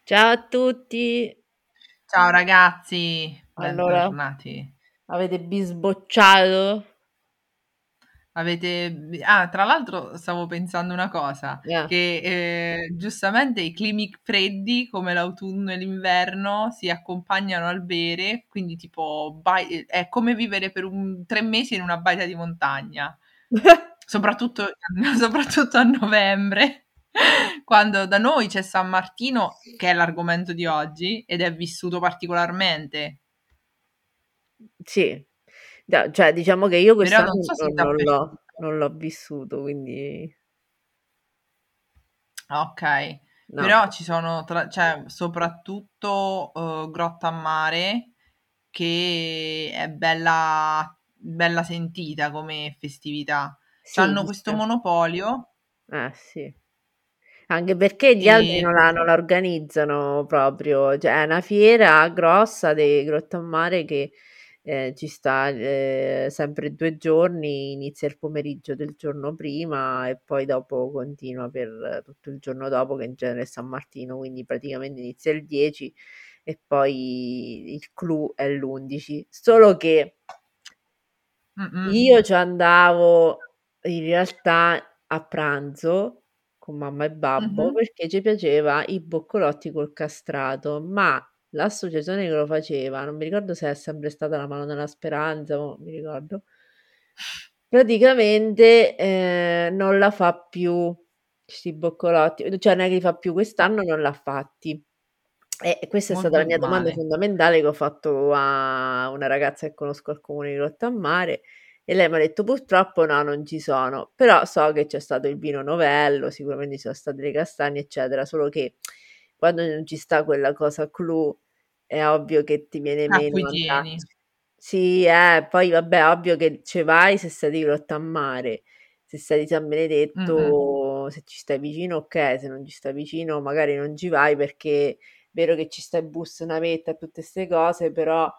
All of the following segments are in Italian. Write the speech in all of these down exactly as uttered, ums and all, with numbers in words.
Ciao a tutti. Ciao ragazzi, Allora, bentornati. avete bisbocciato? Avete... Ah, tra l'altro stavo pensando una cosa, Eh. che eh, giustamente i climi freddi come l'autunno e l'inverno si accompagnano al bere, quindi tipo bai- è come vivere per un- tre mesi in una baita di montagna, soprattutto, soprattutto a novembre, quando da noi c'è San Martino, che è l'argomento di oggi, ed è vissuto particolarmente. Sì, da cioè diciamo che io Però non quest'anno so se non non l'ho dappertutto. non l'ho vissuto, quindi Okay, no. però ci sono tra cioè soprattutto, uhm, Grotta a Mare che è bella bella sentita come festività. Sì, C'hanno ci questo sta. monopolio Eh, sì. Anche perché gli altri e non la non la organizzano proprio, cioè è una fiera grossa de Grottammare che, ehm, ci sta, ehm, sempre due giorni, inizia il pomeriggio del giorno prima e poi dopo continua per tutto il giorno dopo, che in genere è San Martino, quindi praticamente inizia il dieci e poi il clou è l'undici. Solo che mh-mh, io ci andavo in realtà a pranzo con mamma e babbo mh-mh. perché ci piaceva i boccolotti col castrato, ma l'associazione che lo faceva, non mi ricordo se è sempre stata la Mano nella Speranza, mo' non mi ricordo, praticamente eh, non la fa più, sti boccolotti, cioè non è che li fa più quest'anno, non l'ha fatti. E questa è stata la Molto mia domanda male. fondamentale che ho fatto a una ragazza che conosco al comune di Rottammare e lei mi ha detto purtroppo no, non ci sono, però so che c'è stato il vino novello, sicuramente ci sono state le castagne, eccetera, solo che quando non ci sta quella cosa clou è ovvio che ti viene A cui meno tieni. andarci. Sì, eh, poi vabbè, ovvio che ci vai se sei di Rottammare, se sei di San Mh-mh. Benedetto, se ci stai vicino, ok, se non ci stai vicino magari non ci vai perché vero che ci sta il bus navetta e tutte 'ste cose, però,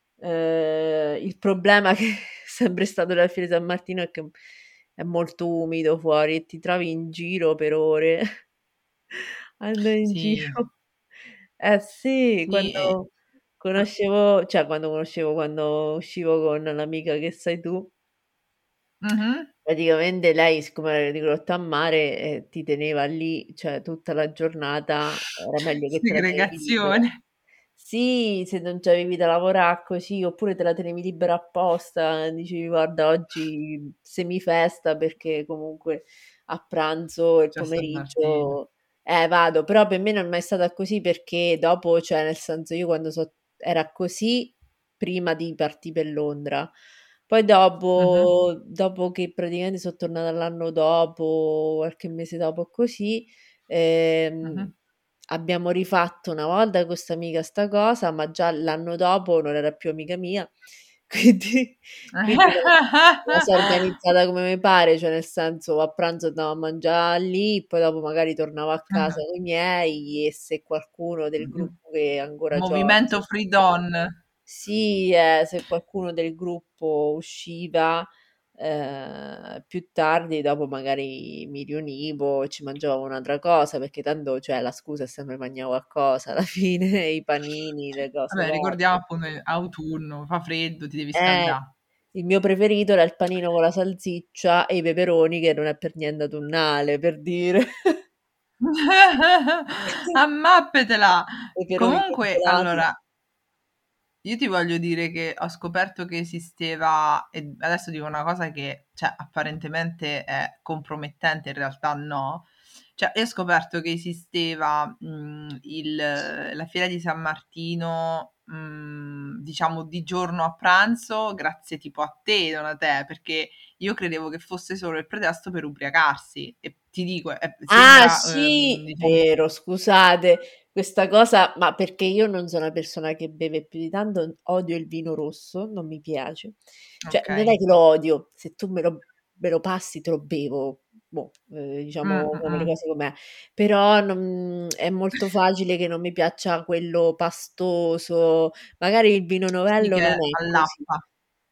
ehm, il problema che è sempre stato della Fiera di San Martino è che è molto umido fuori e ti trovi in giro per ore. Andare in Sì, giro. Eh sì, sì, e quando conoscevo cioè quando conoscevo quando uscivo con l'amica che sei tu, mh-mh. praticamente lei siccome era di Grottammare, ehm, ti teneva lì, cioè tutta la giornata, era meglio che te la tenevi libera. Segregazione. Sì, se non c'avevi da lavorà così, oppure te la tenevi libera apposta, dicevi: "Guarda oggi semifesta perché comunque a pranzo e il C'è San Martino. pomeriggio eh, vado." Però per me non è mai stata così perché dopo cioè nel senso io quando so era così prima di partì per Londra. Poi Mh-mh, dopo dopo che praticamente so' tornata l'anno dopo, qualche mese dopo così, mh-mh. ehm abbiamo rifatto una volta con 'sta amica 'sta cosa, ma già l'anno dopo non era più amica mia, quindi quindi me la me la so organizzata come mi pare, cioè nel senso a pranzo andavo a mangià lì, poi dopo magari tornavo a casa coi miei e se qualcuno del Mh-mh. gruppo che ancora c'ho Movimento Free Don. sì, eh, se qualcuno del gruppo usciva, ehm, più tardi, dopo magari mi riunivo e ci mangiavamo un'altra cosa, perché tanto, cioè, la scusa è sempre mangià qualcosa alla fine, i panini, le cose Vabbè, ricordiamo fatte. appunto che autunno, fa freddo, ti devi Eh, scaldà. il mio preferito era il panino con la salsiccia e i peperoni, che non è per niente autunnale, per dire. Ammappetela! Peperoni Comunque, congelati. allora, io ti voglio dire che ho scoperto che esisteva, e adesso dico una cosa che, cioè, apparentemente è compromettente, in realtà no. Cioè, io ho scoperto che esisteva, mh, il, la fiera di San Martino, mh, diciamo, di giorno a pranzo, grazie tipo a te, non a te, perché io credevo che fosse solo il pretesto per ubriacarsi. E ti dico, è- Ah sembra, ehm, sì, diciamo, vero, scusate, questa cosa, ma perché io non sono una persona che beve più di tanto, odio il vino rosso, non mi piace. Cioè, ok. non è che lo odio, se tu me lo, me lo passi te lo bevo, boh, eh, Mm, diciamo mm, come le mm. cose com'è. Però non- è molto facile che non mi piaccia quello pastoso, magari il vino Sì, novello non che è così. all'appa.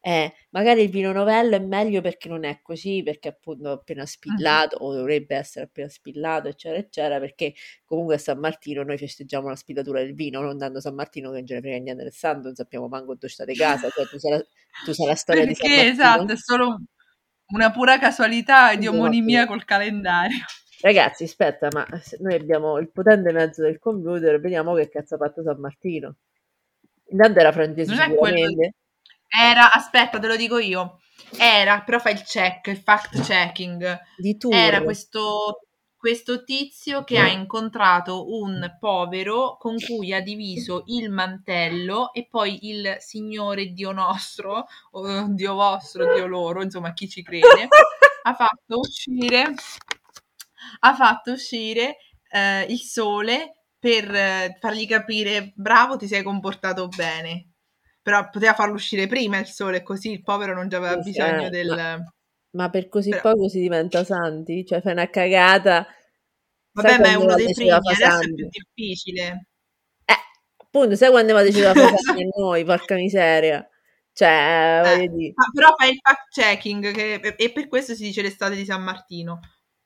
Eh, magari il vino novello è meglio perché non è così, perché appunto appena Mh. spillato, o dovrebbe essere appena spillato, eccetera, eccetera, perché comunque a San Martino noi festeggiamo la spillatura del vino, non dando San Martino che non ce ne frega niente del santo, non sappiamo manco dove state casa, cioè tu sai la, tu sai la storia di San Perché Martino? esatto, è solo una pura casualità di Esatto. omonimia col calendario. Ragazzi, aspetta, ma se noi abbiamo il potente mezzo del computer, vediamo che cazzo ha fatto San Martino. Intanto era francese Non è quello sicuramente. era aspetta, te lo dico io. Era, però fai il check, il fact checking. Di Tours. Era questo questo tizio che ha incontrato un povero con cui ha diviso il mantello e poi il Signore Dio nostro, o Dio vostro, Dio loro, insomma chi ci crede, ha fatto uscire ha fatto uscire eh, il sole per eh, fargli capire bravo, ti sei comportato bene. Però poteva farlo uscire prima il sole, così il povero non aveva Sì, sì, eh, bisogno ma, del... ma per così Però, poco si diventa santi? Cioè fai una cagata, sai vabbè, ma è quante uno dei volte ci va primi, fa adesso è più santi? difficile. Eh, appunto, sai quante volte ci va fa santi a noi, porca miseria. Cioè, Eh, voglio dire. ma però fai il fact checking che, e per questo si dice l'estate di San Martino.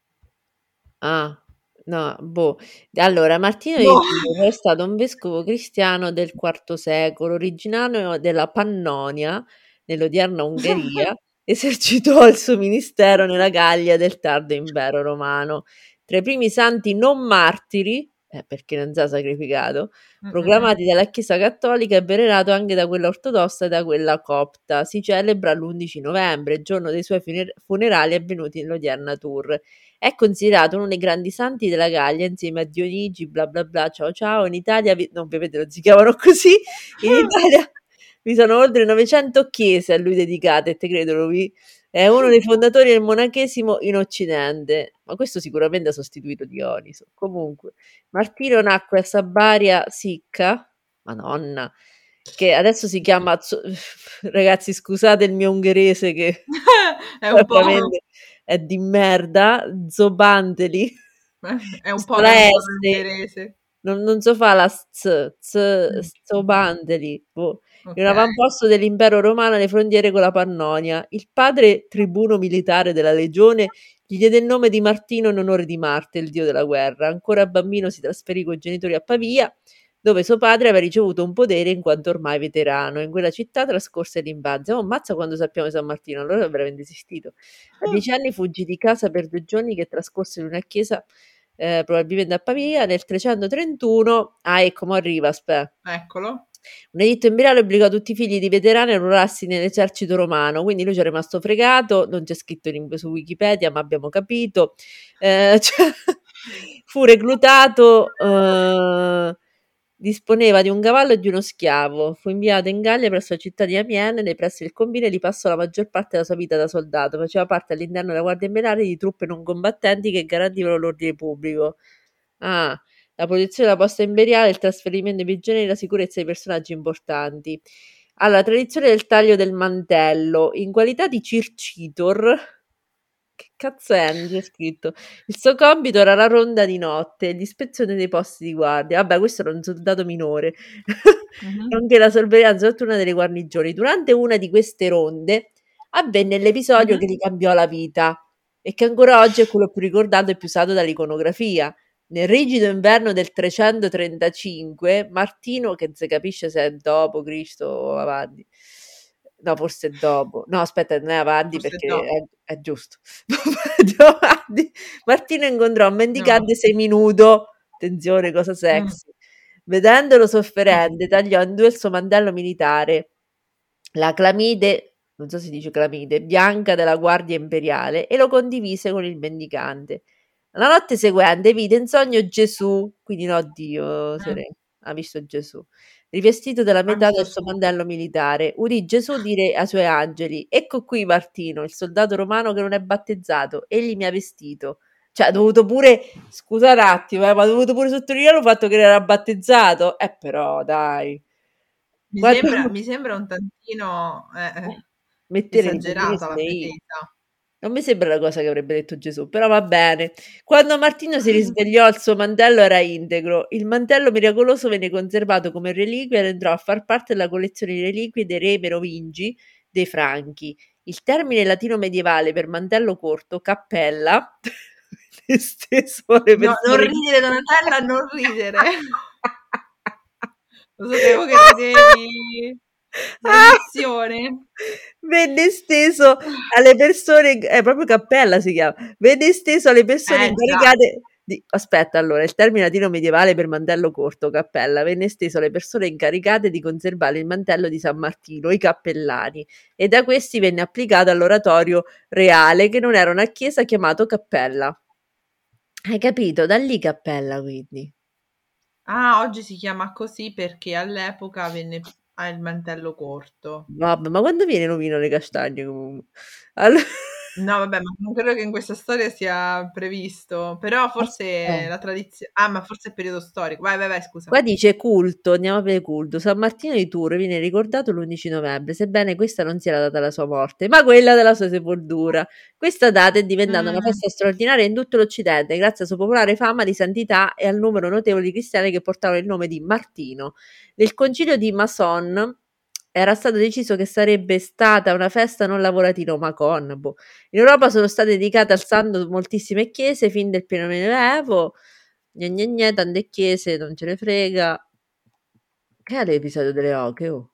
Ah, no, boh. Allora, Martino di Boh. Tours è stato un vescovo cristiano del quarto secolo, originario della Pannonia, nell'odierna Ungheria, esercitò il suo ministero nella Gallia del tardo impero romano. Tra i primi santi non martiri, eh, perché non si è sacrificato, Mm-mm. proclamati dalla Chiesa cattolica e venerato anche da quella ortodossa e da quella copta. Si celebra l'undici novembre, giorno dei suoi funer- funerali avvenuti nell'odierna Tours. È considerato uno dei grandi santi della Gallia insieme a Dionigi, bla bla bla, ciao ciao. In Italia, vi- non ovviamente non si chiamano così, in Italia vi sono oltre novecento chiese a lui dedicate, te credo lui. È uno dei fondatori del monachesimo in Occidente, ma questo sicuramente ha sostituito Dioniso. Comunque, Martino nacque a Sabaria Sicca, Madonna, che adesso si chiama, Zo- ragazzi scusate il mio ungherese che È un po', ovviamente è di merda, Zobandeli, è un po' questa la che non parlo S, ungherese. non, non so fa la Z, Z, Mm. Zobandeli, boh. In un Ok. avamposto dell'impero romano alle frontiere con la Pannonia. Il padre tribuno militare della legione gli diede il nome di Martino in onore di Marte, il dio della guerra. Ancora bambino si trasferì con i genitori a Pavia, dove suo padre aveva ricevuto un potere in quanto ormai veterano. In quella città trascorse l'infanzia. Oh, ammazza quando sappiamo di San Martino, allora è veramente esistito. A dieci anni fuggì di casa per due giorni che trascorse in una chiesa, eh, probabilmente a Pavia, nel trecentotrentuno. Ah, ecco, mo arriva, aspetta. Eccolo. Un editto imperiale obbligò tutti i figli di veterani a arruolarsi nell'esercito romano, quindi lui ci è rimasto fregato, non c'è scritto in- su Wikipedia, ma abbiamo capito. Eh, cioè, fu reclutato, eh, disponeva di un cavallo e di uno schiavo, fu inviato in Gallia presso la città di Amiens, nei pressi del confine, e lì passò la maggior parte della sua vita da soldato, faceva parte all'interno della Guardia Imperiale di truppe non combattenti che garantivano l'ordine pubblico. Ah, la protezione della posta imperiale, il trasferimento dei prigionieri e la sicurezza di personaggi importanti. Alla tradizione del taglio del mantello, in qualità di Circitor, che cazzo è? Non c'è scritto. Il suo compito era la ronda di notte e l'ispezione dei posti di guardia. Vabbè, questo era un soldato minore. Mhm. Nonché la sorveglianza sotto una delle guarnigioni. Durante una di queste ronde avvenne l'episodio che Mhm. gli cambiò la vita e che ancora oggi è quello più ricordato e più usato dall'iconografia. Nel rigido inverno del trecentotrentacinque, Martino, che non si capisce se è dopo Cristo o avanti, no, forse è dopo, no, aspetta, non è avanti Forse perché no. è, è giusto. Andiamo avanti. Martino incontrò un No. mendicante seminudo, attenzione, cosa Mm. sexy. Vedendolo sofferente, tagliò in due il suo mantello militare, la clamide, non so se si dice clamide, bianca della guardia imperiale, e lo condivise con il mendicante. La notte seguente vide in sogno Gesù, quindi no Dio, Mm. Sere- ha visto Gesù, rivestito della Ha metà visto del suo su. mantello militare. Udì Gesù dire ai suoi angeli: Ecco qui Martino, il soldato romano che non è battezzato. Egli mi ha vestito. Cioè, ha dovuto pure, scusa un attimo, eh, ma ha dovuto pure sottolineare il fatto che non era battezzato. Eh, però, dai. Mi Quando sembra, mi sembra un tantino eh, eh, mettere dei bambini esagerata la svegli. pretesa. Non mi sembra la cosa che avrebbe detto Gesù, però va bene. Quando Martino si risvegliò, il suo mantello era integro. Il mantello miracoloso venne conservato come reliquia ed entrò a far parte della collezione di reliquie dei re merovingi dei Franchi. Il termine latino medievale per mantello corto, cappella, esteso alle No, non persone ridere Donatella, non ridere. Lo sapevo che ridevi. Maledizione. Venne esteso alle persone è proprio cappella si chiama. Venne esteso alle persone Eh già. incaricate di aspetta allora, il termine latino medievale per mantello corto, cappella, venne esteso alle persone incaricate di conservare il mantello di San Martino, i cappellani, e da questi venne applicato all'oratorio reale che non era una chiesa chiamato cappella. Hai capito? Da lì cappella quindi. Ah, oggi si chiama così perché all'epoca venne ha il mantello corto. Vabbè, ma quando viene l'ovino alle castagne comunque? Allo No, vabbè, ma non credo che in questa storia sia previsto, però forse Aspe la tradizio ah, ma forse è periodo storico. Vai, vai, vai, scusa. Qua dice culto, andiamo a vedere culto. San Martino di Tours viene ricordato l'undici novembre, sebbene questa non sia la data della sua morte, ma quella della sua sepoltura. Questa data è diventata una Mh. festa straordinaria in tutto l'Occidente, grazie alla sua popolare fama di santità e al numero notevole di cristiani che portavano il nome di Martino. Nel concilio di Macon era stato deciso che sarebbe stata una festa non lavorativa, Macon, boh. In Europa sono state dedicate al santo moltissime chiese fin del pieno medioevo. Gne gne gne, tante chiese, non ce ne frega. Che è l'episodio delle oche, oh?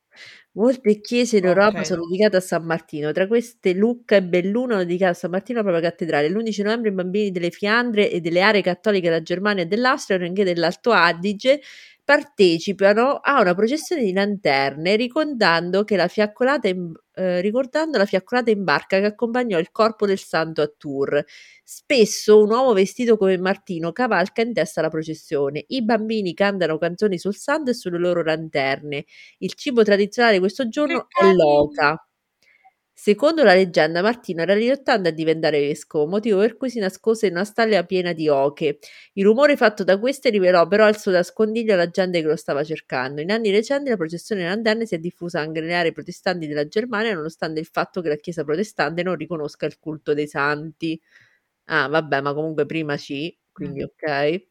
Molte chiese in Europa Okay, sono no. dedicate a San Martino, tra queste Lucca e Belluno hanno dedicato a San Martino la propria cattedrale. L'undici novembre i bambini delle Fiandre e delle aree cattoliche della Germania e dell'Austria, nonché dell'Alto Adige, partecipano a una processione di lanterne ricordando che la fiaccolata in, eh, ricordando la fiaccolata in barca che accompagnò il corpo del santo a Tours. Spesso un uomo vestito come Martino cavalca in testa alla processione. I bambini cantano canzoni sul santo e sulle loro lanterne. Il cibo tradizionale di questo Che giorno è carini. l'oca. Secondo la leggenda, Martino era riluttante a diventare vescovo, motivo per cui si nascose in una stalla piena di oche. Il rumore fatto da queste rivelò però al suo nascondiglio alla gente che lo stava cercando. In anni recenti la processione delle lanterne si è diffusa anche nelle aree protestanti della Germania, nonostante il fatto che la Chiesa protestante non riconosca il culto dei santi. Ah, vabbè, ma comunque prima sì, Mh. quindi ok.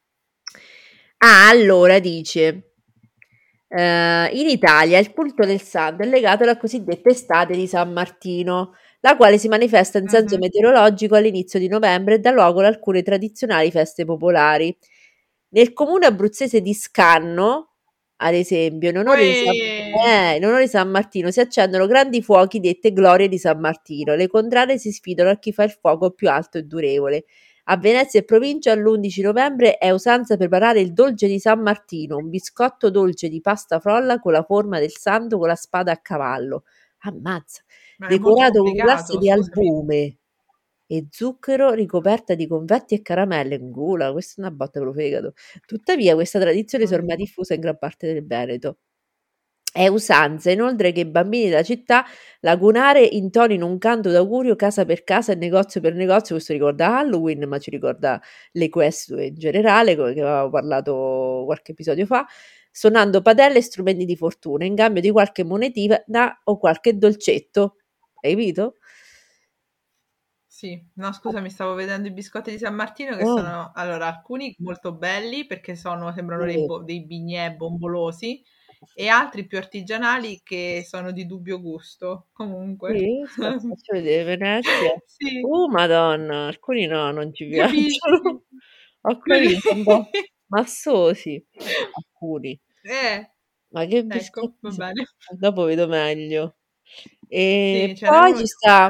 Ah, allora dice, ehm, in Italia il culto del santo è legato alla cosiddetta estate di San Martino, la quale si manifesta in senso Mh-mh. meteorologico all'inizio di novembre e dà luogo ad alcune tradizionali feste popolari. Nel comune abruzzese di Scanno, ad esempio, in onore di San Uè! eh, in onore di San Martino si accendono grandi fuochi dette glorie di San Martino. Le contrade si sfidano a chi fa il fuoco più alto e durevole. A Venezia e provincia l'undici novembre è usanza preparare il dolce di San Martino, un biscotto dolce di pasta frolla con la forma del santo con la spada a cavallo. Ammazza! Ma è molto Decorato con glasse complicato, di scusami. albume e zucchero ricoperta di confetti e caramelle. Gula, questa è una botta per lo fegato. Tuttavia questa tradizione si è ormai Mh. diffusa in gran parte del Veneto. È usanza inoltre che i bambini della città lagunare intonino un canto d'augurio casa per casa e negozio per negozio. Questo ricorda Halloween, ma ci ricorda le Equestue in generale, come che avevamo parlato qualche episodio fa, suonando padelle e strumenti di fortuna in cambio di qualche monetina o qualche dolcetto. Hai capito? Sì, no scusami, stavo vedendo i biscotti di San Martino che Oh, sono allora alcuni molto belli perché sono sembrano dei sì. bo dei bignè bombolosi e altri più artigianali che sono di dubbio gusto. Comunque. Sì, aspetta, faccio vedere Venezia. Sì, Uh, Madonna, alcuni no, non ci capisci? piacciono. Ho Quelli capito, un po' massosi. Alcuni. eh, Ma che ecco, biscotti va so bene. dopo vedo meglio. Sì, E ce n'era poi uno ci che sta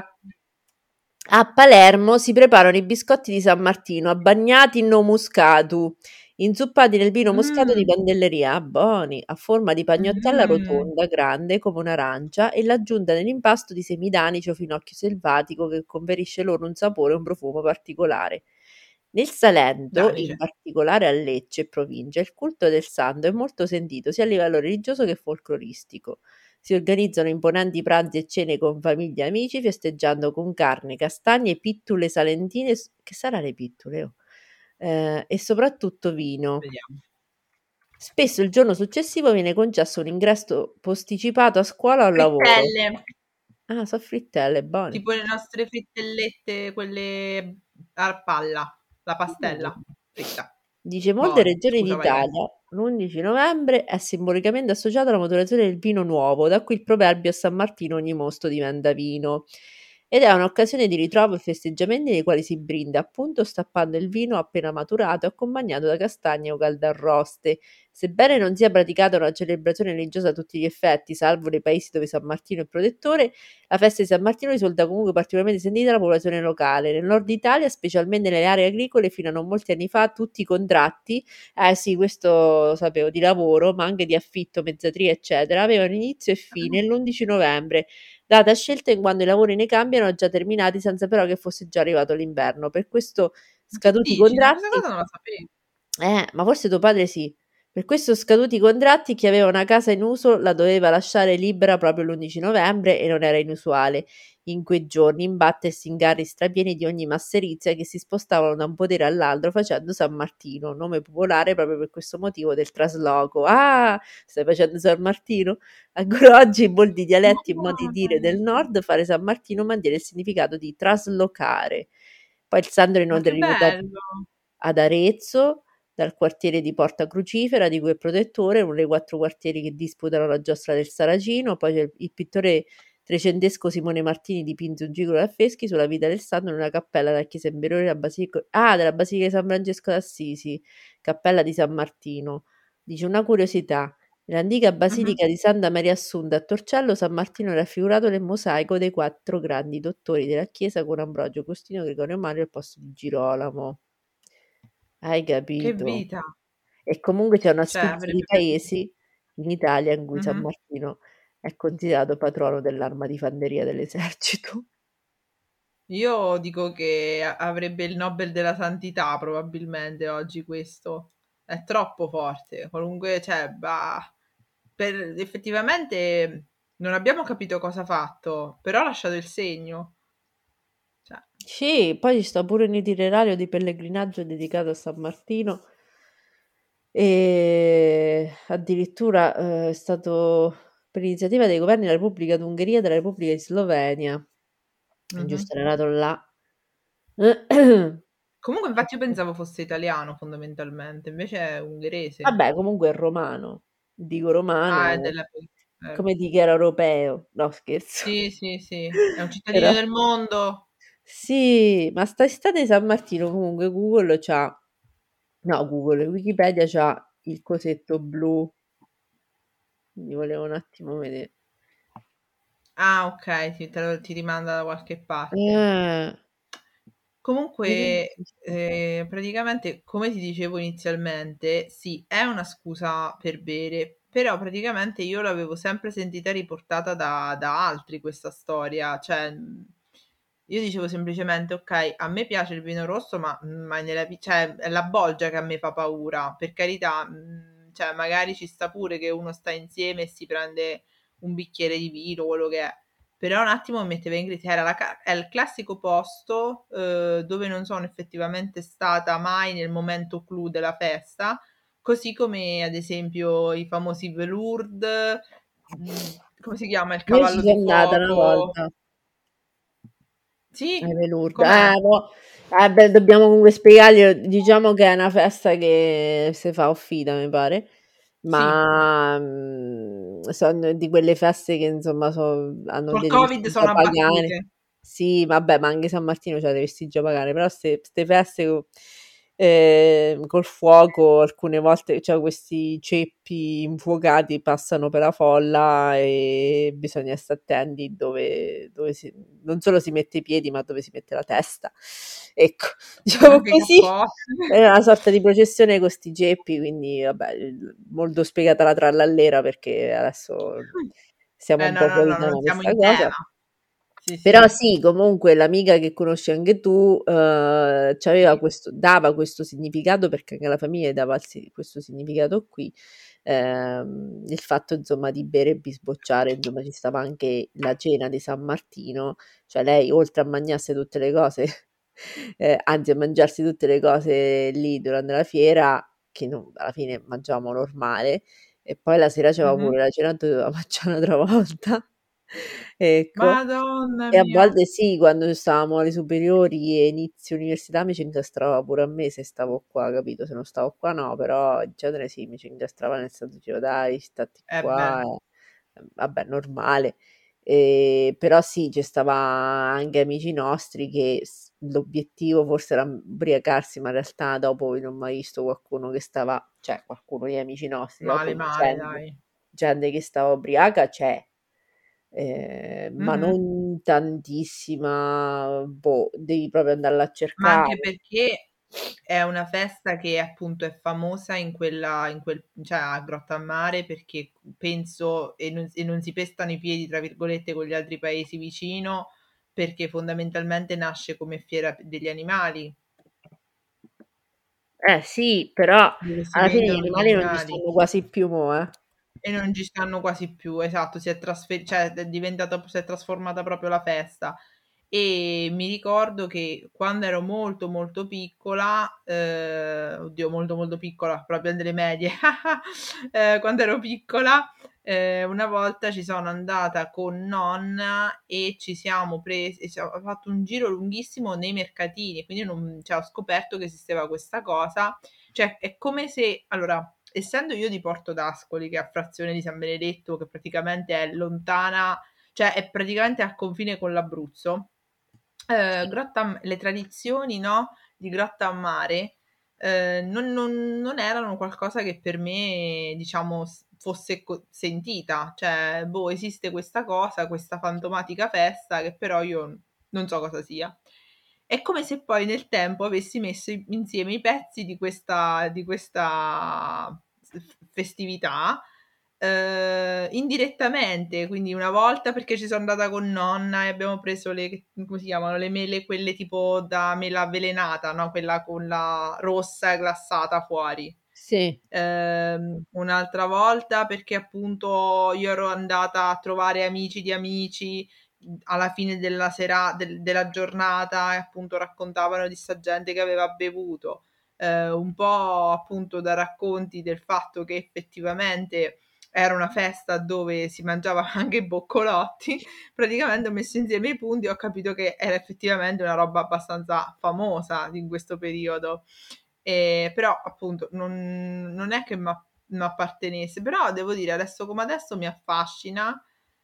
a Palermo si preparano i biscotti di San Martino abbagnati in no muscatu, inzuppati nel vino moscato di mh, Pandelleria, ah, buoni, a forma di pagnottella mh, rotonda, grande come un'arancia, e l'aggiunta nell'impasto di semi d'anice o finocchio selvatico che conferisce loro un sapore e un profumo particolare. Nel Salento, in Danice. particolare a Lecce e provincia, il culto del santo è molto sentito sia a livello religioso che folcloristico. Si organizzano imponenti pranzi e cene con famiglie e amici, festeggiando con carne, castagne, pittule salentine, s- che saranno le pittule? Oh? Eh, e soprattutto vino. Vediamo. Spesso il giorno successivo viene concesso un ingresso posticipato a scuola o al lavoro. Frittelle, Ah, so frittelle, buone. tipo le nostre frittellette, quelle a palla, la Mm. pastella fritta. Dice molte Buone. regioni Scusa, vai, vai. d'Italia l'undici novembre è simbolicamente associato alla maturazione del vino nuovo, da qui il proverbio a San Martino ogni mosto diventa vino. Ed è un'occasione di ritrovo e festeggiamenti nei quali si brinda appunto stappando il vino appena maturato accompagnato da castagne o calde arroste. Sebbene non sia praticata una celebrazione religiosa a tutti gli effetti, salvo nei paesi dove San Martino è protettore, la festa di San Martino risulta comunque particolarmente sentita dalla popolazione locale. Nel nord Italia, specialmente nelle aree agricole, fino a non molti anni fa, tutti i contratti, eh sì, questo lo sapevo, di lavoro, ma anche di affitto, mezzatria, eccetera, avevano inizio e fine l'undici novembre, data scelta in quanto i lavori nei campi erano già terminati senza però che fosse già arrivato l'inverno. Per questo Ma che scaduti i dici? No, questa contratti cosa non la sapevo. eh, ma forse tuo padre sì. Per questo scaduti i contratti, chi aveva una casa in uso la doveva lasciare libera proprio l'undici novembre e non era inusuale in quei giorni imbattersi in carri strapieni di ogni masserizia che si spostavano da un potere all'altro facendo San Martino, nome popolare proprio per questo motivo del trasloco. Ah, stai facendo San Martino? Ancora oggi in molti dialetti e modi di dire del nord fare San Martino mantiene il significato di traslocare. Poi il santo è Ma inoltre che ricordato bello! ad Arezzo, dal quartiere di Porta Crucifera, di cui è protettore, uno dei quattro quartieri che disputano la giostra del Saracino. Poi c'è il, il pittore trecentesco Simone Martini dipinse un gigolo di affreschi sulla vita del santo in una cappella della chiesa inferiore della Basilica, ah, della Basilica di San Francesco d'Assisi, cappella di San Martino. Dice una curiosità. Nell'antica Mhm. basilica di Santa Maria Assunta a Torcello, San Martino è raffigurato nel mosaico dei quattro grandi dottori della Chiesa con Ambrogio, Agostino, Gregorio Mario al posto di Girolamo. Hai Che capito? vita! E comunque c'è una Cioè, sfilza di avrebbe capito. paesi in Italia in cui San Mhm. Martino è considerato patrono dell'arma di fanteria dell'esercito. Io dico che a- avrebbe il Nobel della Santità probabilmente oggi questo. È troppo forte. Qualunque, cioè, bah, per- effettivamente non abbiamo capito cosa ha fatto, però ha lasciato il segno. Cioè, Sì, poi ci sta pure un itinerario di pellegrinaggio dedicato a San Martino e addirittura eh, è stato per iniziativa dei governi della Repubblica d'Ungheria e della Repubblica di Slovenia. mhm. Giusto, era nato là. Comunque, infatti, io pensavo fosse italiano fondamentalmente, invece è ungherese. Vabbè, comunque è romano. Dico Ah, è romano dell'epoca. eh. come di che era europeo. No, scherzo. Sì, sì, sì, è un cittadino Però del mondo. sì, ma sta estate di San Martino comunque Google c'ha, no, Google, Wikipedia c'ha il cosetto blu. Mi volevo un attimo vedere. Ah, ok, ti, te lo- ti rimanda da qualche parte. Eh, vediamo Comunque, se- eh, praticamente, come ti dicevo inizialmente, sì, è una scusa per bere, però praticamente io l'avevo sempre sentita riportata da, da altri questa storia, cioè mh, io dicevo semplicemente, ok, a me piace il vino rosso, ma, ma nella, vi- cioè, è la bolgia che a me fa paura, per carità, mh, cioè magari ci sta pure che uno sta insieme e si prende un bicchiere di vino, quello che è. Però un attimo mi metteva in crisi, era la ca- è il classico posto eh, dove non sono effettivamente stata mai nel momento clou della festa, così come ad esempio i famosi velourd, mh, come si chiama il Io ci cavallo sono di andata una fuoco? volta. Sì, Ave Lourdes. com'è? Eh, mo- eh, beh, dobbiamo comunque spiegargli. Diciamo che è una festa che si fa offida, mi pare. Sì, Ma mm, sono di quelle feste che insomma so- hanno col delle Covid vestigia sono pagane. abbattute. Sì, vabbè, ma anche San Martino c'ha le vestigia pagane. Però queste feste co- eh, col fuoco alcune volte cioè, questi ceppi infuocati passano per la folla e bisogna stare attenti dove, dove si, non solo si mette i piedi, ma dove si mette la testa. Ecco, diciamo Anche i così. cappotti. È una sorta di processione con sti ceppi, quindi vabbè, il- molto spiegata la trallallera perché adesso siamo Eh un no, po' no, fuori no, non tema siamo questa in cosa. tema. Sì, Però sì. sì, comunque l'amica che conosci anche tu, eh, c'aveva Sì. questo, dava questo significato perché anche la famiglia dava il si- questo significato qui. Ehm, il fatto insomma di bere e bisbocciare, insomma ci stava anche la cena di San Martino, cioè lei oltre a mangiarsi tutte le cose, eh, anzi a mangiarsi tutte le cose lì durante la fiera, che non- alla fine mangiavamo normale, e poi la sera c'era Mhm. pure la cena, doveva mangiare un'altra volta. Ecco. Madonna E a mia. volte sì, quando stavamo alle superiori e inizio università mi ci incastrava pure a me se stavo qua, capito? Se non stavo qua no, però in genere sì, mi ci incastrava nel senso dicevo dai, stati Eh beh, qua, eh, vabbè, normale. E, però sì, ci stava anche amici nostri che s- l'obiettivo forse era ubriacarsi, ma in realtà dopo non ho mai visto qualcuno che stava, cioè qualcuno degli amici nostri, male dopo male gente, dai. gente che stava ubriaca c'è, eh, ma Mh-mh. non tantissima, boh, devi proprio andarla a Ma cercare. anche perché è una festa che appunto è famosa in quella in quel cioè a Grottammare perché penso e non e non si "pestano i piedi" tra virgolette con gli altri paesi vicino, perché fondamentalmente nasce come fiera p degli animali, Eh sì, però dove si alla fine gli vendono gli animali non ci animali. stanno quasi più mo', eh. E non ci stanno quasi più, esatto, si è trasfe cioè è diventata si è trasformata proprio la festa. E mi ricordo che quando ero molto, molto piccola, ehm, oddio molto, molto piccola, proprio delle medie, ehm, quando ero piccola, ehm, una volta ci sono andata con nonna e ci siamo presi e siamo fatto un giro lunghissimo nei mercatini, quindi non cioè ho scoperto che esisteva questa cosa, cioè è come se allora essendo io di Porto d'Ascoli, che è a frazione di San Benedetto, che praticamente è lontana, cioè è praticamente a confine con l'Abruzzo, eh, Sì. Grotta, le tradizioni, no, di Grotta a Mare eh, non, non- non erano qualcosa che per me, diciamo, s- fosse co- sentita. Cioè, boh, esiste questa cosa, questa fantomatica festa che però io non so cosa sia. È come se poi nel tempo avessi messo i- insieme i pezzi di questa, di questa f- festività eh, indirettamente, quindi una volta perché ci sono andata con nonna e abbiamo preso le, come si chiamano, le mele, quelle tipo da mela avvelenata, no? Quella con la rossa e glassata fuori. Sì. Ehm, un'altra volta perché appunto io ero andata a trovare amici di amici alla fine della sera del- della giornata e appunto raccontavano di sta gente che aveva bevuto. Eh, un po' appunto da racconti del fatto che effettivamente era una festa dove si mangiava anche i boccolotti, praticamente ho messo insieme i punti e ho capito che era effettivamente una roba abbastanza famosa in questo periodo. E, però appunto non, non è che mi appartenesse, però devo dire adesso come adesso mi affascina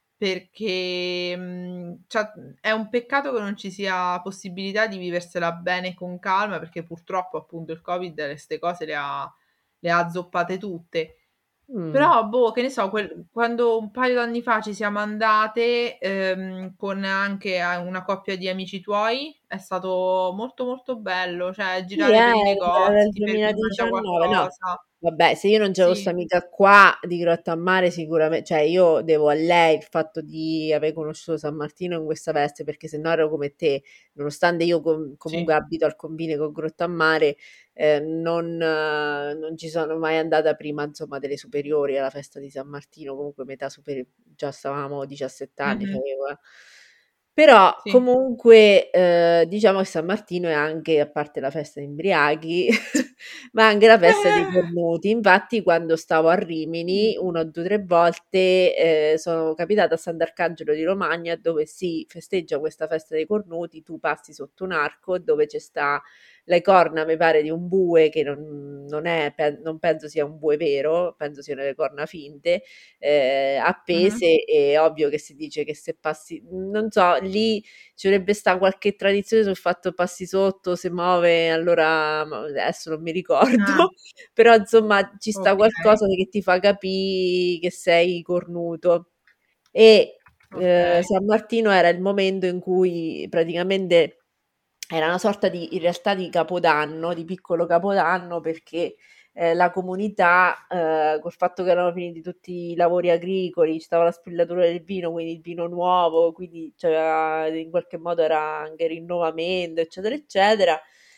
perché mh, cioè, è un peccato che non ci sia possibilità di viversela bene e con calma perché purtroppo appunto il Covid queste cose le ha, le ha azzoppate tutte. Mm. Però, boh, che ne so, quel- quando un paio d'anni fa ci siamo andate ehm, con anche a una coppia di amici tuoi, è stato molto molto bello, cioè Sì, girare eh, per i era negozi, del ti fermi a mangiare duemiladiciannove, no. qualcosa. Vabbè, se io non c'avevo questa Sì, amica qua di Grottammare, sicuramente, cioè io devo a lei il fatto di aver conosciuto San Martino in questa veste, perché se no ero come te, nonostante io com- comunque sì. abito al confine con Grottammare, eh, non, eh, non ci sono mai andata prima, insomma, delle superiori alla festa di San Martino, comunque metà superiore, già stavamo diciassette anni, Mhm, c'avevo, eh. Però sì. comunque eh, diciamo che San Martino è anche, a parte la festa degli imbriachi, ma anche la festa dei cornuti. Infatti, quando stavo a Rimini, una o due o tre volte eh, sono capitata a Sant'Arcangelo di Romagna, dove si festeggia questa festa dei cornuti. Tu passi sotto un arco dove c'è sta le corna, mi pare, di un bue che non, non è, pe- non penso sia un bue vero, penso siano le corna finte, eh, Mhm. appese. E ovvio che si dice che se passi, non so, lì ci dovrebbe stare qualche tradizione sul fatto passi sotto, si muove, allora ma adesso non mi Ah, ricordo, però insomma ci sta ok, qualcosa che ti fa capire che sei cornuto. E ok. eh, San Martino era il momento in cui praticamente era una sorta di, in realtà, di capodanno, di piccolo capodanno, perché eh, la comunità, eh, col fatto che erano finiti tutti i lavori agricoli, ci stava la sprillatura del vino, quindi il vino nuovo, quindi c'era, in qualche modo era anche rinnovamento, eccetera, eccetera,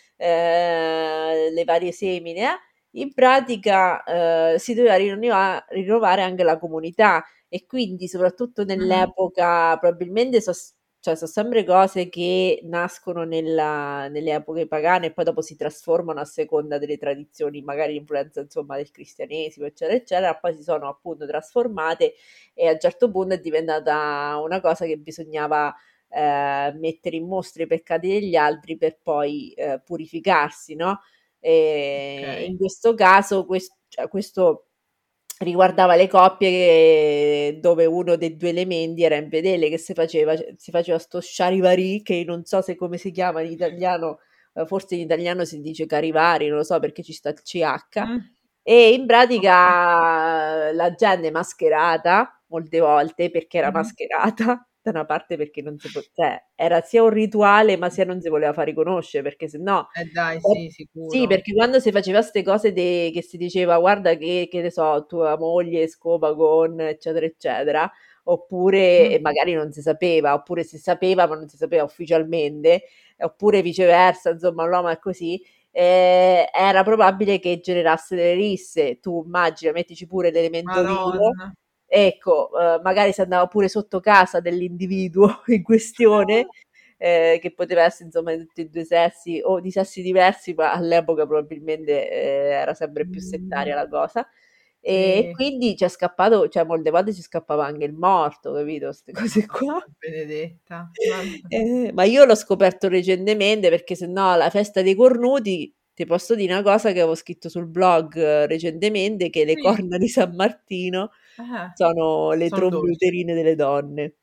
eh, le varie semine, eh. In pratica eh, si doveva rinnova- rinnovare anche la comunità e quindi soprattutto Mhm. nell'epoca probabilmente so- cioè so sempre cose che nascono nella nelle epoche pagane e poi dopo si trasformano a seconda delle tradizioni, magari l'influenza insomma del cristianesimo, eccetera, eccetera, poi si sono appunto trasformate e a un certo punto è diventata una cosa che bisognava eh, mettere in mostra i peccati degli altri per poi eh, purificarsi, no? E Ok. in questo caso, quest- cioè, questo riguardava le coppie che- dove uno dei due elementi era infedele, che si faceva, cioè, si faceva sto charivari, che non so se come si chiama in italiano, eh, forse in italiano si dice carivari, non lo so perché ci sta il C H, Mm, e in ok. pratica la gente mascherata, molte volte perché era Mhm. mascherata, da una parte perché non si po- cioè, era sia un rituale, ma sia non si voleva far riconoscere, perché se no Eh dai, eh, sì, sì, sicuro. perché quando si faceva 'ste cose de che si diceva: "Guarda che che ne so, tua moglie scopa con" eccetera, eccetera, oppure e Mm. magari non si sapeva, oppure si sapeva ma non si sapeva ufficialmente, oppure viceversa, insomma l'uomo è così, ehm, era probabile che generasse delle risse. Tu immagina, mettici pure l'elemento vino, Madonna. ecco, uhm, magari si andava pure sotto casa dell'individuo in questione, ehm, che poteva essere insomma di tutti e due i sessi o di sessi diversi, ma all'epoca probabilmente, ehm, era sempre più Mm, settaria la cosa. E sì. quindi c'è scappato cioè molte volte ci scappava anche il morto, capito, 'ste cose qua. Madonna benedetta. Madonna. Eh, ma io l'ho scoperto recentemente perché se no la festa dei cornuti, ti posso dire una cosa che avevo scritto sul blog eh, recentemente, che le Sì. corna di San Martino Eh, sono le sono trombe dolci. uterine delle donne.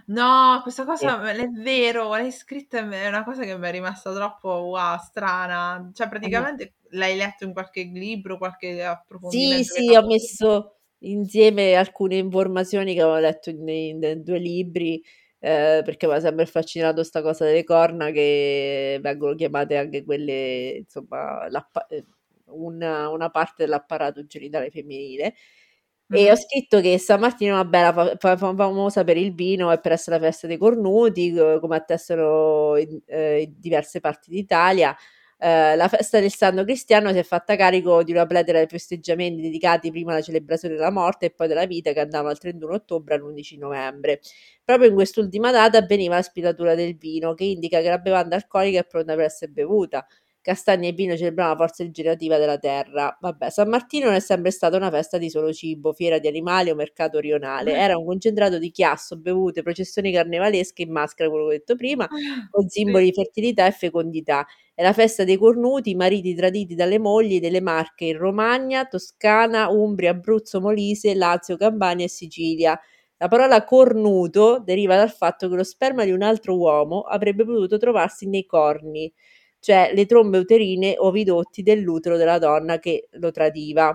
No, questa Sì. cosa me- è vero, l'hai scritta e me- è una cosa che mi è rimasta troppo wow, strana. Cioè, Eh. praticamente l'hai letto in qualche libro, qualche Sì, approfondimento che sì, t'ha ho dato? messo insieme alcune informazioni che avevo letto in, in due libri, eh, perché mi ha sempre affascinato sta cosa delle corna che vengono chiamate anche quelle, insomma, l'appa- eh, una, una parte dell'apparato genitale femminile. E ho Mhm. scritto che San Martino è una bella fa- fa- fa- famosa per il vino e per essere la festa dei cornuti, eh, come attestano in, eh, in diverse parti d'Italia. Eh, la festa del Santo Cristiano si è fatta carico di una pletora di festeggiamenti dedicati prima alla celebrazione della morte e poi della vita, che andavano dal trentuno ottobre all'undici novembre. Proprio in quest'ultima data avveniva la spiratura del vino, che indica che la bevanda alcolica è pronta per essere bevuta. Castagna e vino celebravano la forza generativa della terra. Vabbè, San Martino non è sempre stata una festa di solo cibo, fiera di animali o mercato rionale. Era un concentrato di chiasso, bevute, processioni carnevalesche in maschera, quello che ho detto prima, con simboli Sì. di fertilità e fecondità. È la festa dei cornuti, i mariti traditi dalle mogli delle Marche in Romagna, Toscana, Umbria, Abruzzo, Molise, Lazio, Campania e Sicilia. La parola cornuto deriva dal fatto che lo sperma di un altro uomo avrebbe potuto trovarsi nei corni, cioè le trombe uterine o vidotti dell'utero della donna che lo tradiva.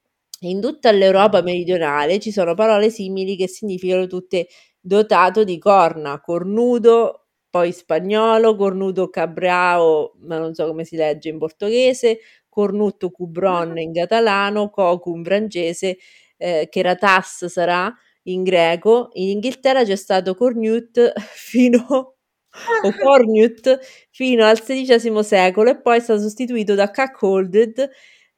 In tutta l'Europa Mamma mia. meridionale ci sono parole simili che significano tutte dotato di corna, cornudo, poi spagnolo, cornuto cabrao, ma non so come si legge in portoghese, cornutto cubron in catalano, cocu in francese, eh, keratas sarà in greco. In Inghilterra c'è stato cornut fino o cornut fino al sedicesimo secolo e poi è stato sostituito da cuckolded,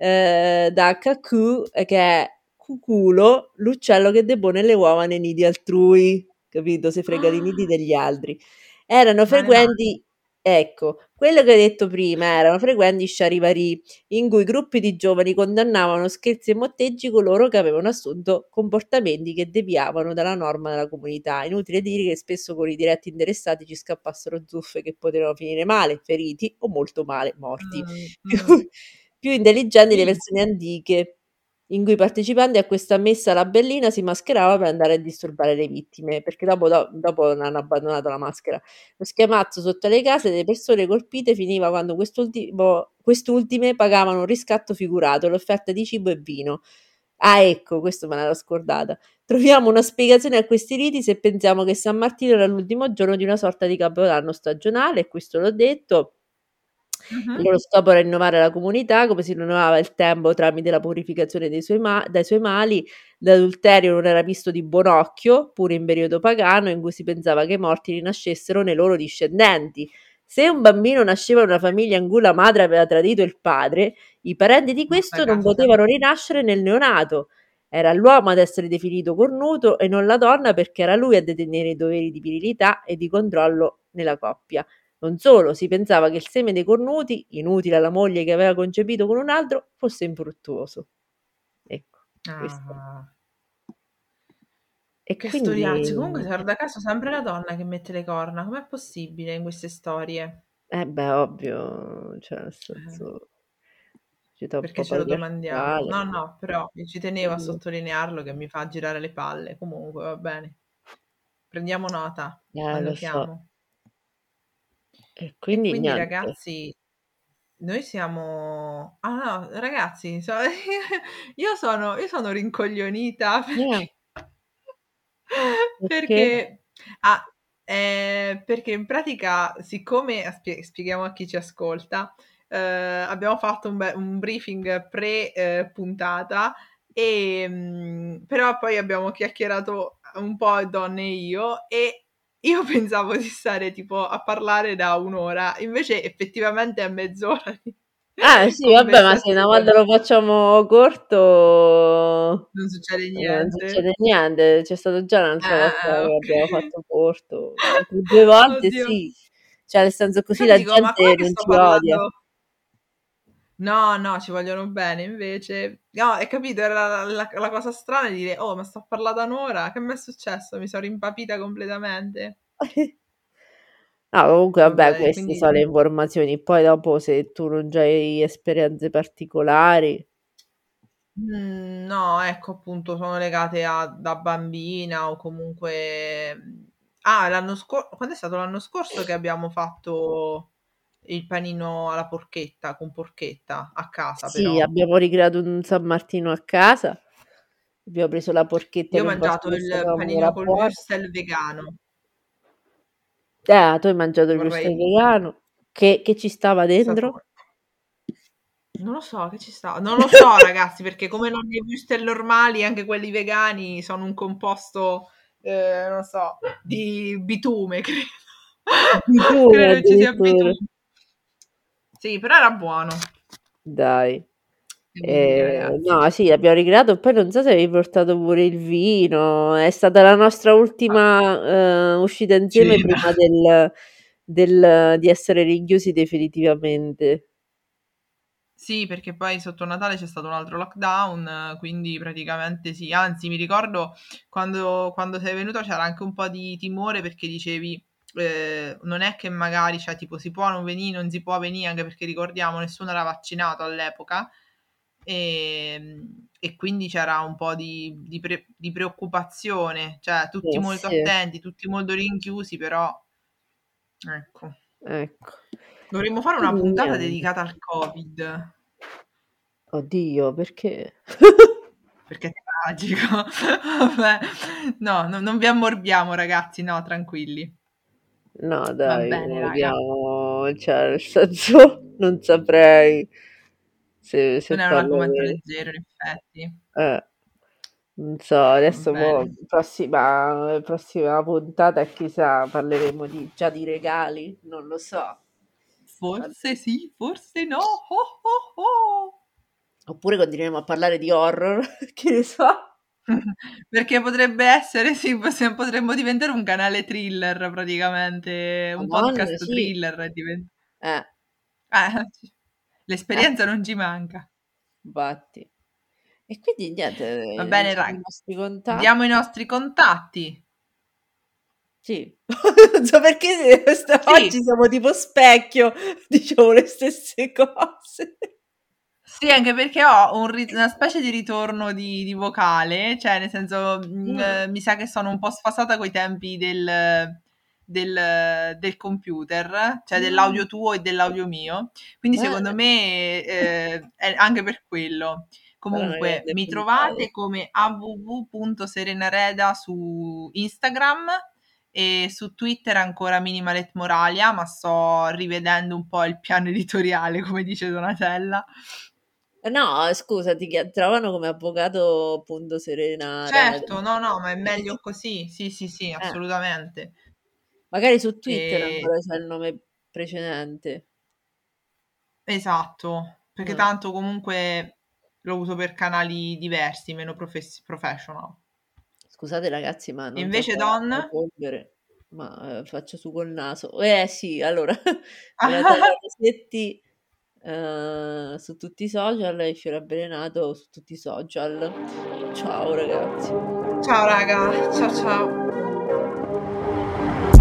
eh, da cuckoo, eh, che è cuculo, l'uccello che depone le uova nei nidi altrui, capito? Si frega dei nidi degli altri. Erano Ma ne mangio. frequenti, ecco, quello che hai detto prima, erano frequenti sciarivari, in cui gruppi di giovani condannavano scherzi e motteggi coloro che avevano assunto comportamenti che deviavano dalla norma della comunità. Inutile dire che spesso con i diretti interessati ci scappassero zuffe che potevano finire male, feriti o molto male, morti. Mm, Più, mm. più intelligenti le Sì. versioni antiche, in cui i partecipanti a questa messa alla bellina si mascheravano per andare a disturbare le vittime, perché dopo, do- dopo non hanno abbandonato la maschera. Lo schiamazzo sotto le case delle persone colpite finiva quando quest'ultimo- quest'ultime pagavano un riscatto figurato, l'offerta di cibo e vino. Ah, ecco, questo me l'ero scordata. Troviamo una spiegazione a questi riti se pensiamo che San Martino era l'ultimo giorno di una sorta di capodanno stagionale, e questo l'ho detto. Il Mhm. loro scopo era rinnovare la comunità, come si rinnovava il tempo tramite la purificazione dei suoi ma- dai suoi mali. L'adulterio non era visto di buon occhio, pure in periodo pagano, in cui si pensava che i morti rinascessero nei loro discendenti. Se un bambino nasceva in una famiglia in cui la madre aveva tradito il padre, i parenti di Guarda questo non caso. potevano rinascere nel neonato. Era l'uomo ad essere definito cornuto e non la donna perché era lui a detenere i doveri di virilità e di controllo nella coppia. Non solo, si pensava che il seme dei cornuti, inutile alla moglie che aveva concepito con un altro, fosse infruttuoso. Ecco, questo. Ah, E che storiacce. Comunque, quindi, se guarda caso, sempre la donna che mette le corna. Com'è possibile in queste storie? eh beh, ovvio, cioè nel Eh, senso, città un perché po' ce lo domandiamo. patriarcale. No, no, però io ci tenevo a sottolinearlo che mi fa girare le palle. Comunque, va bene. Prendiamo nota, Eh, lo so. annotiamo. E E quindi quindi, niente. ragazzi, noi siamo... Ah no, ragazzi, so- io sono, io sono rincoglionita Eh, perché... perché? perché... Ah, eh, perché in pratica, siccome, spie- spieghiamo a chi ci ascolta, eh, abbiamo fatto un, be- un briefing pre-puntata, e, mm, però poi abbiamo chiacchierato un po' donne e io, e io pensavo di stare tipo a parlare da un'ora, invece effettivamente è mezz'ora di Ah sì, vabbè, ma se una volta conversazione. lo facciamo corto Non succede non niente. succede niente. C'è stato già Ah, un'altra ah, volta ah, che ok. abbiamo fatto corto, altre due volte Oddio. sì. Cioè, nel senso così Infatti la dico, ma com'è gente che non sto ci odia. parlando? No, no, ci vogliono bene, invece. No, hai capito? Era la, la- la cosa strana di dire, oh, ma sto a parlare da un'ora? Che mi è successo? Mi sono rimpapita completamente. No, comunque vabbè, Vabbè, queste quindi... sono le informazioni. Poi dopo se tu non hai esperienze particolari, Mm, no, ecco appunto, sono legate a da bambina o comunque... Ah, l'anno scorso... Quando è stato l'anno scorso che abbiamo fatto il panino alla porchetta, con porchetta, a casa sì, però. abbiamo ricreato un San Martino a casa. Abbiamo preso la porchetta Io ho in un posto mangiato che il sapevamo che era panino col buona. würstel vegano. Eh, tu hai mangiato il Vorrei... wurstel vegano? Che, che ci stava È stato... dentro? Non lo so, che ci sta? Non lo so, ragazzi, perché come non i würstel normali, anche quelli vegani sono un composto, eh, non so, di bitume, credo. Bitume Credo che ci sia addirittura. bitume. Sì, però era buono. Dai. Devo dire, Eh, ragazzi. no, sì, abbiamo ricreato. Poi non so se avevi portato pure il vino. È stata la nostra Ah, ultima eh, uscita insieme cena. prima del, del- di essere rinchiusi definitivamente. Sì, perché poi sotto Natale c'è stato un altro lockdown, eh, quindi praticamente sì. Anzi, mi ricordo quando, quando sei venuto c'era anche un po' di timore perché dicevi, eh, non è che magari, cioè, tipo, si può non venire, non si può venire, anche perché ricordiamo, nessuno era vaccinato all'epoca. E, e quindi c'era un po' di, di pre- di preoccupazione, cioè tutti Eh, molto sì, attenti, tutti molto rinchiusi, però ecco. ecco. Dovremmo fare una Quindi puntata niente. dedicata al Covid. Oddio, perché? Perché è tragico. Vabbè, no, no, non vi ammorbiamo ragazzi, no, tranquilli. No, Va dai, bene, raga. vediamo, cioè, nel senso, non saprei se, Non se è un farlo argomento bene. leggero, in effetti. Eh, non so, Va adesso mo, bene. prossima, prossima puntata, chissà, parleremo di, già di regali, non lo so. Forse sì, forse no. Oh, oh, oh. Oppure continueremo a parlare di horror, che ne so. Perché potrebbe essere, sì, possiamo- potremmo diventare un canale thriller praticamente, un Madonna, podcast sì. thriller. diven- Eh, Eh, eh, l'esperienza non ci manca. infatti. E quindi Va niente, bene, diciamo i raga. nostri contatti. Diamo i nostri contatti. Sì, non so perché sta- Sì, oggi siamo tipo specchio, diciamo le stesse cose. sì, anche perché ho un ri- una specie di ritorno di, di vocale, cioè nel senso mm, Ah, eh, mi sa che sono un po' sfasata coi tempi del, del, del computer, cioè ah, dell'audio tuo e dell'audio mio, quindi secondo bene, me eh, è anche per quello. sarà una Comunque grande mi puntata. trovate come a w w punto serenareda su Instagram e su Twitter ancora Minimalet Moralia, ma sto rivedendo un po' il piano editoriale, come dice Donatella. No, scusa, ti chia- trovano come avvocato punto Serena Red. Certo, no, no, ma è meglio così. Sì, sì, sì, Eh, assolutamente. magari su Twitter E- ancora c'è il nome precedente. esatto, perché Ah, tanto comunque lo uso per canali diversi, meno profes- professional. Scusate ragazzi, ma E non so invece qual è la Don? polvere, ma eh, faccio su col naso. Eh sì, allora me la taglio a rossetti eh, su tutti i social e fiore avvelenato su tutti i social. Ciao ragazzi. Ciao raga, ciao ciao.